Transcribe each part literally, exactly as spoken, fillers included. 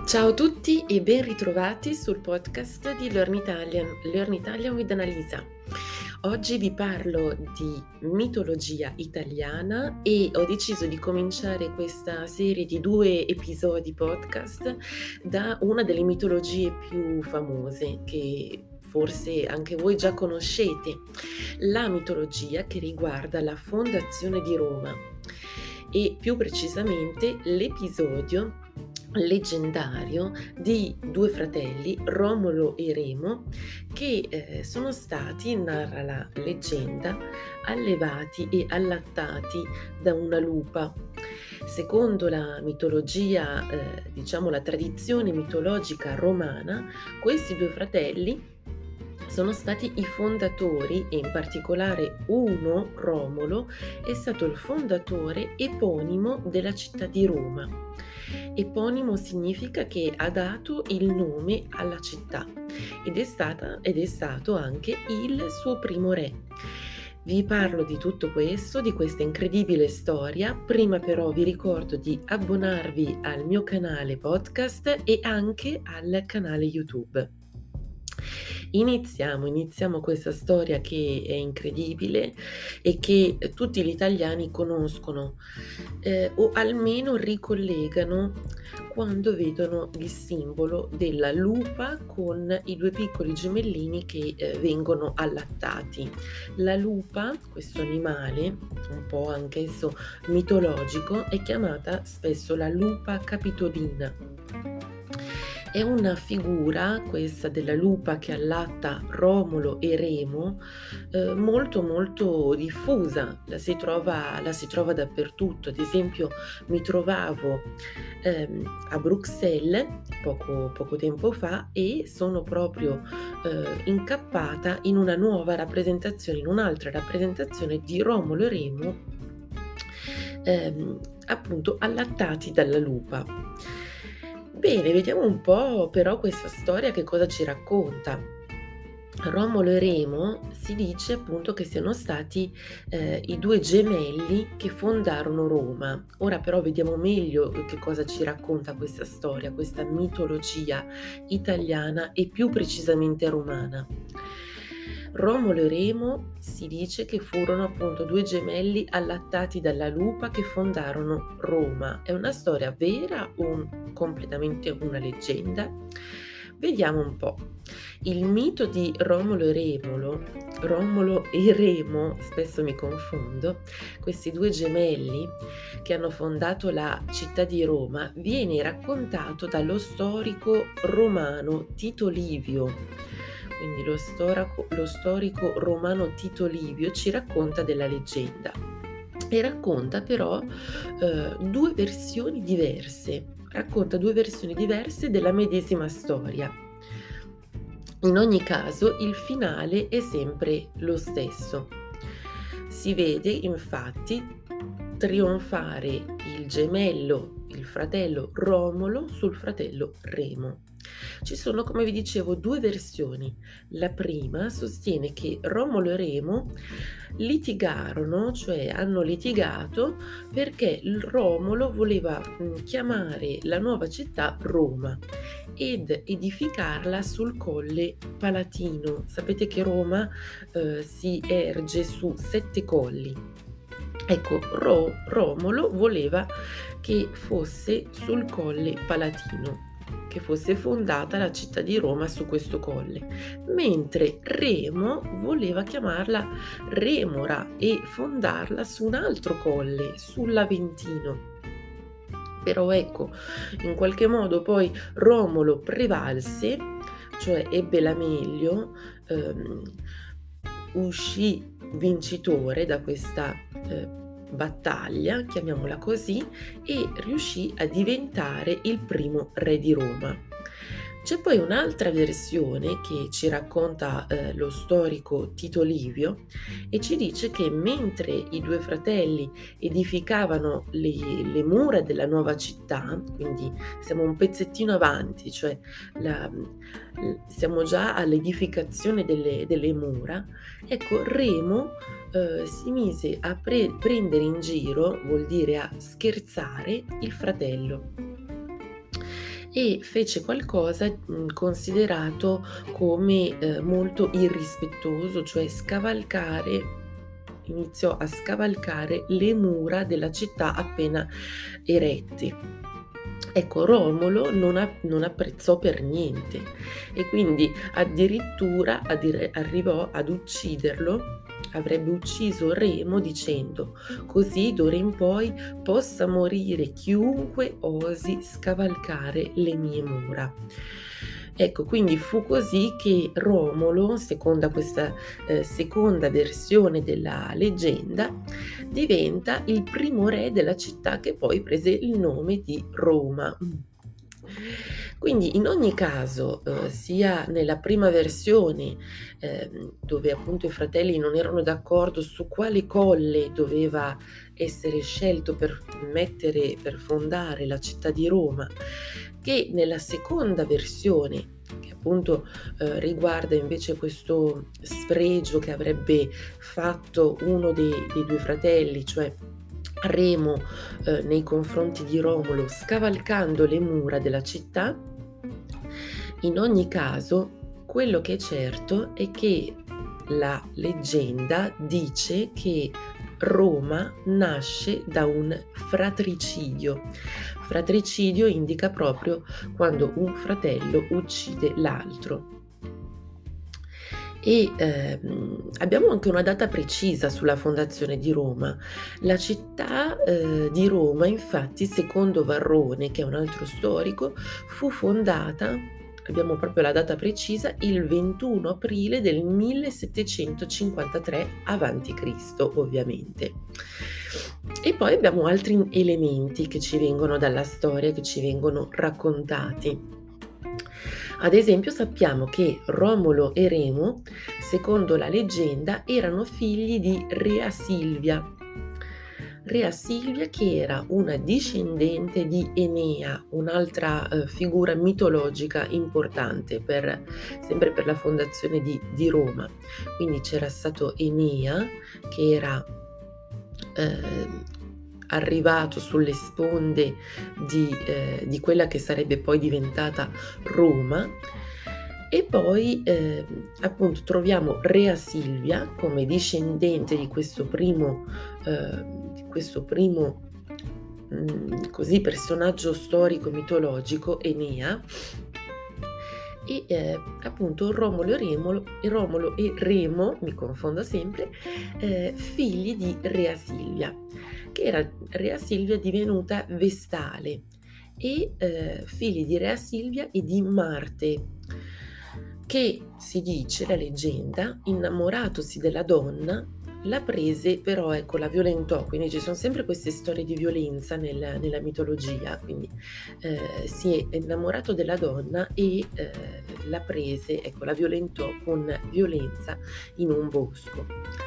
Ciao a tutti e ben ritrovati sul podcast di Learn Italian, Learn Italian with Annalisa. Oggi vi parlo di mitologia italiana e ho deciso di cominciare questa serie di due episodi podcast da una delle mitologie più famose che forse anche voi già conoscete, la mitologia che riguarda la fondazione di Roma e più precisamente l'episodio leggendario di due fratelli, Romolo e Remo, che eh, sono stati, narra la leggenda, allevati e allattati da una lupa. Secondo la mitologia, eh, diciamo la tradizione mitologica romana, questi due fratelli sono stati i fondatori e in particolare uno, Romolo, è stato il fondatore eponimo della città di Roma. Eponimo significa che ha dato il nome alla città ed è, stata, ed è stato anche il suo primo re. Vi parlo di tutto questo, di questa incredibile storia. Prima però vi ricordo di abbonarvi al mio canale podcast e anche al canale YouTube. Iniziamo, iniziamo questa storia che è incredibile e che tutti gli italiani conoscono eh, o almeno ricollegano quando vedono il simbolo della lupa con i due piccoli gemellini che eh, vengono allattati. La lupa, questo animale, un po' anch'esso mitologico, è chiamata spesso la lupa capitolina. È una figura, questa della lupa che allatta Romolo e Remo, eh, molto molto diffusa, la si trova, la si trova dappertutto. Ad esempio mi trovavo ehm, a Bruxelles poco, poco tempo fa e sono proprio eh, incappata in una nuova rappresentazione, in un'altra rappresentazione di Romolo e Remo, ehm, appunto allattati dalla lupa. Bene, vediamo un po' però questa storia che cosa ci racconta. Romolo e Remo si dice appunto che siano stati eh, i due gemelli che fondarono Roma. Ora però vediamo meglio che cosa ci racconta questa storia, questa mitologia italiana e più precisamente romana. Romolo e Remo si dice che furono appunto due gemelli allattati dalla lupa che fondarono Roma. È una storia vera o un, completamente una leggenda? Vediamo un po'. Il mito di Romolo e Remolo, Romolo e Remo, spesso mi confondo, questi due gemelli che hanno fondato la città di Roma, viene raccontato dallo storico romano Tito Livio. Quindi lo storico, lo storico romano Tito Livio ci racconta della leggenda e racconta però eh, due versioni diverse, racconta due versioni diverse della medesima storia. In ogni caso il finale è sempre lo stesso. Si vede infatti trionfare il gemello, il fratello Romolo sul fratello Remo. Ci sono, come vi dicevo, due versioni. La prima sostiene che Romolo e Remo litigarono, cioè hanno litigato perché il Romolo voleva chiamare la nuova città Roma ed edificarla sul colle Palatino. Sapete che Roma eh, si erge su sette colli. Ecco, Ro, Romolo voleva che fosse sul colle Palatino, che fosse fondata la città di Roma su questo colle, mentre Remo voleva chiamarla Remora e fondarla su un altro colle, sull'Aventino. Però ecco, in qualche modo poi Romolo prevalse, cioè ebbe la meglio, ehm, uscì vincitore da questa eh, battaglia, chiamiamola così, e riuscì a diventare il primo re di Roma. C'è poi un'altra versione che ci racconta eh, lo storico Tito Livio e ci dice che mentre i due fratelli edificavano le, le mura della nuova città, quindi siamo un pezzettino avanti, cioè la, siamo già all'edificazione delle, delle mura, ecco Remo eh, si mise a pre- prendere in giro, vuol dire a scherzare, il fratello. e fece qualcosa, mhmm, considerato come, ehm, molto irrispettoso, cioè scavalcare iniziò a scavalcare le mura della città appena eretti. Ecco, Romolo non a non apprezzò per niente e quindi addirittura a dire arrivò ad ucciderlo, avrebbe ucciso Remo dicendo: "Così d'ora in poi possa morire chiunque osi scavalcare le mie mura". Ecco, quindi fu così che Romolo, seconda questa, ehm, seconda versione della leggenda, diventa il primo re della città che poi prese il nome di Roma. Quindi in ogni caso, uhm, sia nella prima versione, ehm, dove appunto i fratelli non erano d'accordo su quale colle doveva essere scelto per mettere per fondare la città di Roma, che nella seconda versione, che appunto, uhm, riguarda invece questo sfregio che avrebbe fatto uno dei dei due fratelli, cioè Remo, uhm, nei confronti di Romolo, scavalcando le mura della città. In ogni caso, quello che è certo è che la leggenda dice che Roma nasce da un fratricidio. Fratricidio indica proprio quando un fratello uccide l'altro. E ehm, abbiamo anche una data precisa sulla fondazione di Roma. La città eh, di Roma, infatti, secondo Varrone, che è un altro storico, fu fondata, abbiamo proprio la data precisa, il ventuno aprile del millesettecentocinquantatré avanti Cristo, ovviamente. E poi abbiamo altri elementi che ci vengono dalla storia, che ci vengono raccontati. Ad esempio sappiamo che Romolo e Remo, secondo la leggenda, erano figli di Rea Silvia. Rea Silvia che era una discendente di Enea, un'altra eh, figura mitologica importante per, sempre per la fondazione di, di Roma. Quindi c'era stato Enea che era eh, arrivato sulle sponde di, eh, di quella che sarebbe poi diventata Roma. E poi eh, appunto troviamo Rea Silvia come discendente di questo primo, eh, di questo primo mh, così, personaggio storico mitologico, Enea, e eh, appunto Romolo e Remo, Romolo e Remo, mi confondo sempre, eh, figli di Rea Silvia, che era Rea Silvia divenuta Vestale, e eh, figli di Rea Silvia e di Marte, che si dice, la leggenda, innamoratosi della donna, la prese, però ecco, la violentò, quindi ci sono sempre queste storie di violenza nel, nella mitologia, quindi eh, si è innamorato della donna e eh, la prese, ecco, la violentò con violenza in un bosco.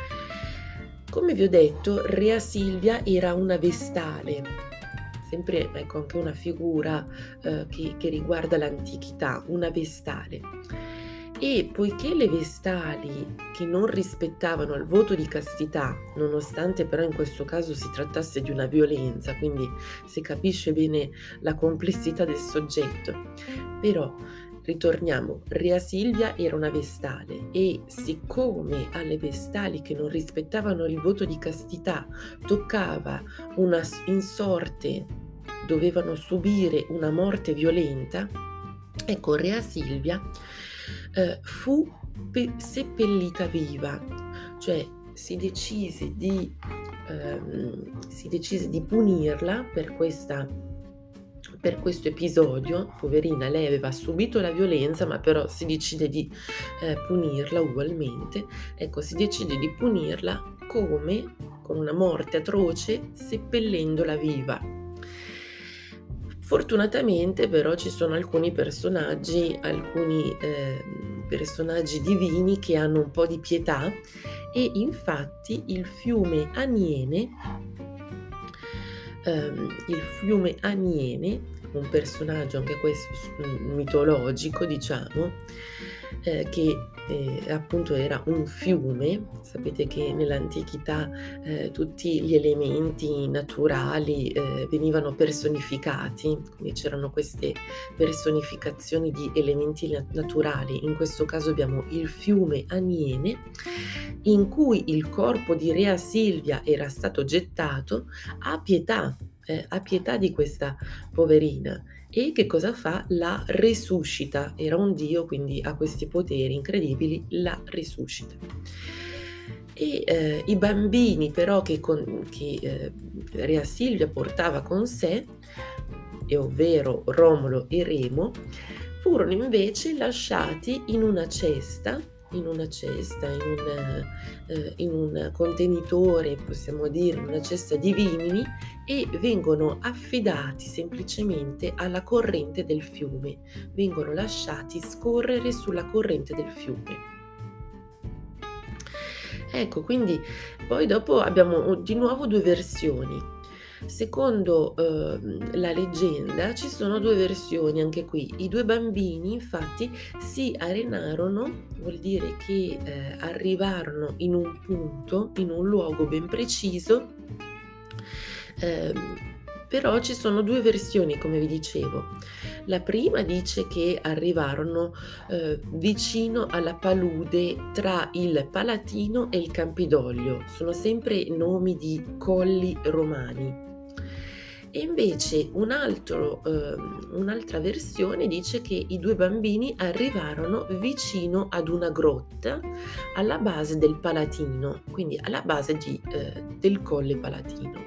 Come vi ho detto, Rea Silvia era una Vestale, sempre ecco anche una figura eh, che, che riguarda l'antichità, una Vestale. E poiché le Vestali che non rispettavano il voto di castità, nonostante però in questo caso si trattasse di una violenza, quindi si capisce bene la complessità del soggetto, però ritorniamo, Rea Silvia era una Vestale e siccome alle Vestali che non rispettavano il voto di castità toccava una insorte, dovevano subire una morte violenta, ecco Rea Silvia eh, fu pe- seppellita viva, cioè si decise di, ehm, si decise di punirla per questa per questo episodio. Poverina, lei aveva subito la violenza, ma però si decide di eh, punirla ugualmente. Ecco, si decide di punirla come con una morte atroce, seppellendola viva. Fortunatamente però ci sono alcuni personaggi, alcuni eh, personaggi divini che hanno un po' di pietà, e infatti il fiume Aniene Um, il fiume Aniene, un personaggio anche questo mitologico, diciamo, ehm, che, ehm, appunto era un fiume. Sapete che nell'antichità, ehm, tutti gli elementi naturali, ehm, venivano personificati, quindi c'erano queste personificazioni di elementi na naturali. In questo caso abbiamo il fiume Aniene, in cui il corpo di Rea Silvia era stato gettato. Ha pietà, eh, ha pietà di questa poverina. E che cosa fa? La resuscita. Era un dio, quindi ha questi poteri incredibili, la resuscita. E eh, i bambini però che, con, che eh, Rea Silvia portava con sé, e ovvero Romolo e Remo, furono invece lasciati in una cesta, in una cesta, in un, eh, in un contenitore, possiamo dire, in una cesta di vimini, e vengono affidati semplicemente alla corrente del fiume, vengono lasciati scorrere sulla corrente del fiume. Ecco, quindi poi dopo abbiamo di nuovo due versioni. Secondo ehm, la leggenda ci sono due versioni anche qui. I due bambini infatti si arenarono, vuol dire che eh, arrivarono in un punto, in un luogo ben preciso. ehm, Però ci sono due versioni, come vi dicevo. La prima dice che arrivarono eh, vicino alla palude tra il Palatino e il Campidoglio. Sono sempre nomi di colli romani. E invece un altro, eh, un'altra versione dice che i due bambini arrivarono vicino ad una grotta alla base del Palatino, quindi alla base di, eh, del Colle Palatino.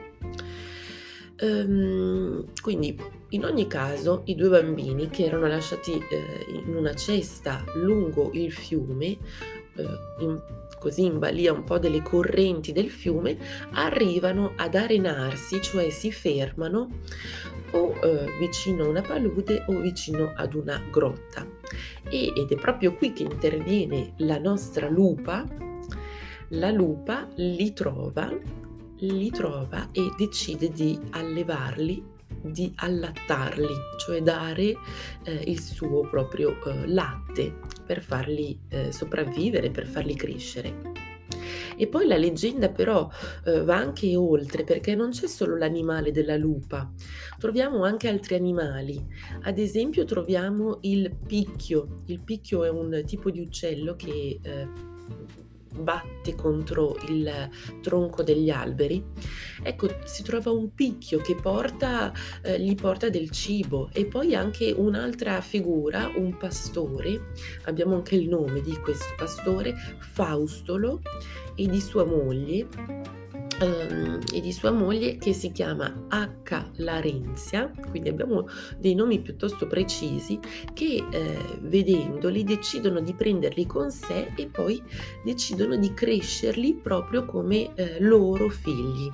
Ehm, quindi in ogni caso i due bambini che erano lasciati eh, in una cesta lungo il fiume, eh, in, così in balia un po' delle correnti del fiume, arrivano ad arenarsi, cioè si fermano o eh, vicino a una palude o vicino ad una grotta. E, ed è proprio qui che interviene la nostra lupa. La lupa li trova li trova e decide di allevarli, di allattarli, cioè dare eh, il suo proprio eh, latte per farli eh, sopravvivere, per farli crescere. E poi la leggenda però eh, va anche oltre, perché non c'è solo l'animale della lupa, troviamo anche altri animali. Ad esempio troviamo il picchio. Il picchio è un tipo di uccello che eh, batte contro il tronco degli alberi. Ecco, si trova un picchio che porta, eh, gli porta del cibo. E poi anche un'altra figura, un pastore. Abbiamo anche il nome di questo pastore, Faustolo, e di sua moglie Um, e di sua moglie, che si chiama H. Larenzia. Quindi abbiamo dei nomi piuttosto precisi che eh, vedendoli decidono di prenderli con sé e poi decidono di crescerli proprio come eh, loro figli.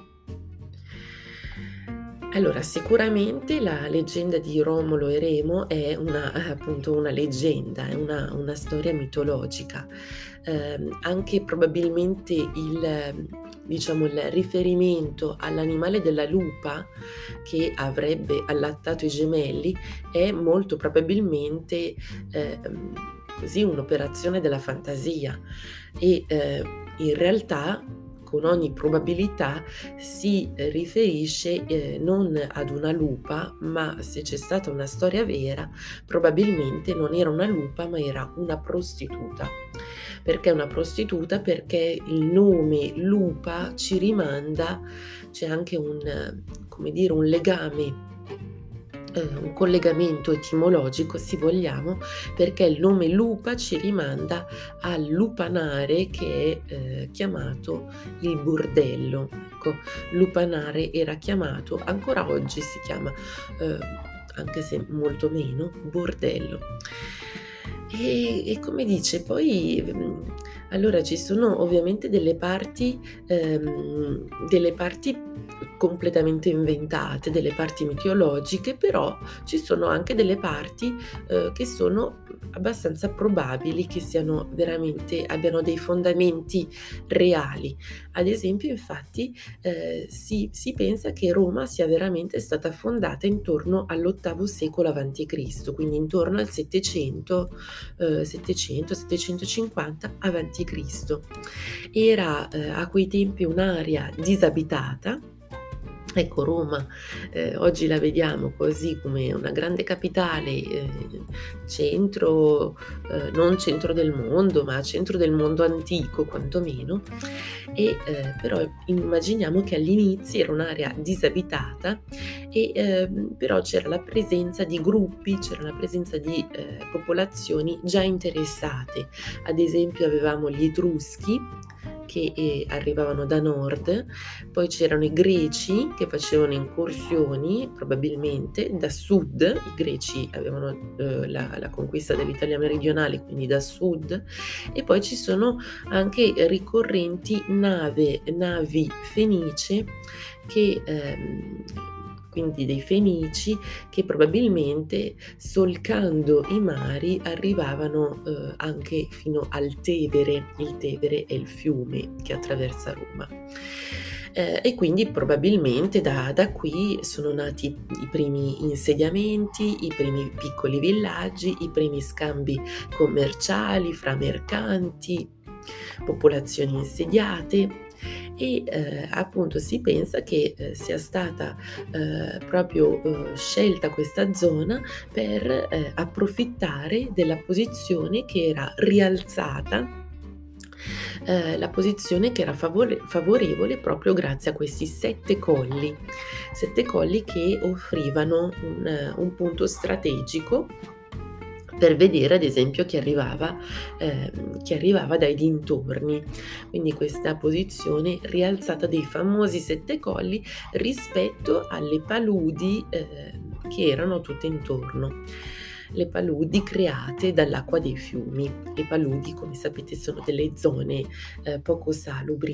Allora, sicuramente la leggenda di Romolo e Remo è una, appunto, una leggenda, è una, una storia mitologica. Eh, anche probabilmente il, diciamo, il riferimento all'animale della lupa che avrebbe allattato i gemelli è molto probabilmente eh, così un'operazione della fantasia e eh, in realtà con ogni probabilità si riferisce eh, non ad una lupa, ma se c'è stata una storia vera, probabilmente non era una lupa, ma era una prostituta. Perché una prostituta? Perché il nome lupa ci rimanda, c'è anche un, come dire, un legame, un collegamento etimologico, se vogliamo, perché il nome lupa ci rimanda al lupanare, che è eh, chiamato il bordello. Ecco, lupanare era chiamato, ancora oggi si chiama, eh, anche se molto meno, bordello. E, e come dice poi, allora ci sono ovviamente delle parti, ehm, delle parti completamente inventate, delle parti mitologiche, però ci sono anche delle parti eh, che sono abbastanza probabili che siano veramente abbiano dei fondamenti reali. Ad esempio, infatti, ehm, si si pensa che Roma sia veramente stata fondata intorno all'ottavo secolo avanti Cristo, quindi intorno al settecento, uhm, settecento, settecentocinquanta avanti Cristo. Era, ehm, a quei tempi un'area disabitata. Ecco, Roma, ehm, oggi la vediamo così come una grande capitale, ehm, centro, ehm, non centro del mondo, ma centro del mondo antico quantomeno, e, ehm, però immaginiamo che all'inizio era un'area disabitata e, ehm, però c'era la presenza di gruppi, c'era la presenza di, ehm, popolazioni già interessate. Ad esempio avevamo gli Etruschi che, ehm, arrivavano da nord, poi c'erano i Greci che facevano incursioni, probabilmente da sud. I Greci avevano, uhm, la la conquista dell'Italia meridionale, quindi da sud, e poi ci sono anche ricorrenti nave navi fenicie che, ehm quindi dei Fenici che probabilmente, solcando i mari, arrivavano, uhm, anche fino al Tevere. Il Tevere è il fiume che attraversa Roma. Ehm, e quindi probabilmente da da qui sono nati i primi insediamenti, i primi piccoli villaggi, i primi scambi commerciali fra mercanti, popolazioni insediate e, ehm, appunto si pensa che, ehm, sia stata, ehm, proprio, uhm, scelta questa zona per, ehm, approfittare della posizione che era rialzata, ehm, la posizione che era favore favorevole proprio grazie a questi sette colli, sette colli che offrivano un un punto strategico per vedere ad esempio chi arrivava ehm, chi arrivava dai dintorni. Quindi questa posizione rialzata dei famosi sette colli rispetto alle paludi, ehm, che erano tutte intorno. Le paludi create dall'acqua dei fiumi. Le paludi, come sapete, sono delle zone, ehm, poco salubri.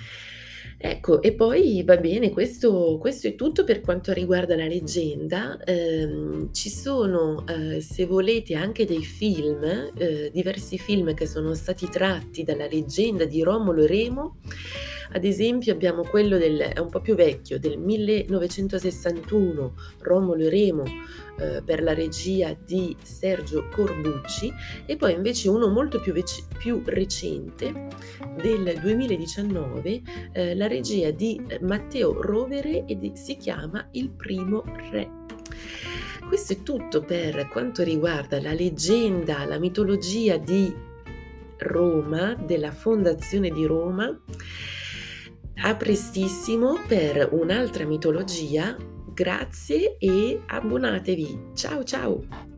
Ecco, e poi va bene, questo questo è tutto per quanto riguarda la leggenda. Ehm, ci sono, ehm, se volete anche dei film, ehm, diversi film che sono stati tratti dalla leggenda di Romolo e Remo. Ad esempio abbiamo quello del è un po' più vecchio, del millenovecentosessantuno, Romolo e Remo, ehm, per la regia di Sergio Corbucci, e poi invece uno molto più vec più recente del duemiladiciannove, ehm, la regia di, ehm, Matteo Rovere ed e si chiama Il primo re. Questo è tutto per quanto riguarda la leggenda, la mitologia di Roma, della fondazione di Roma. A prestissimo per un'altra mitologia. Grazie e abbonatevi. Ciao, ciao.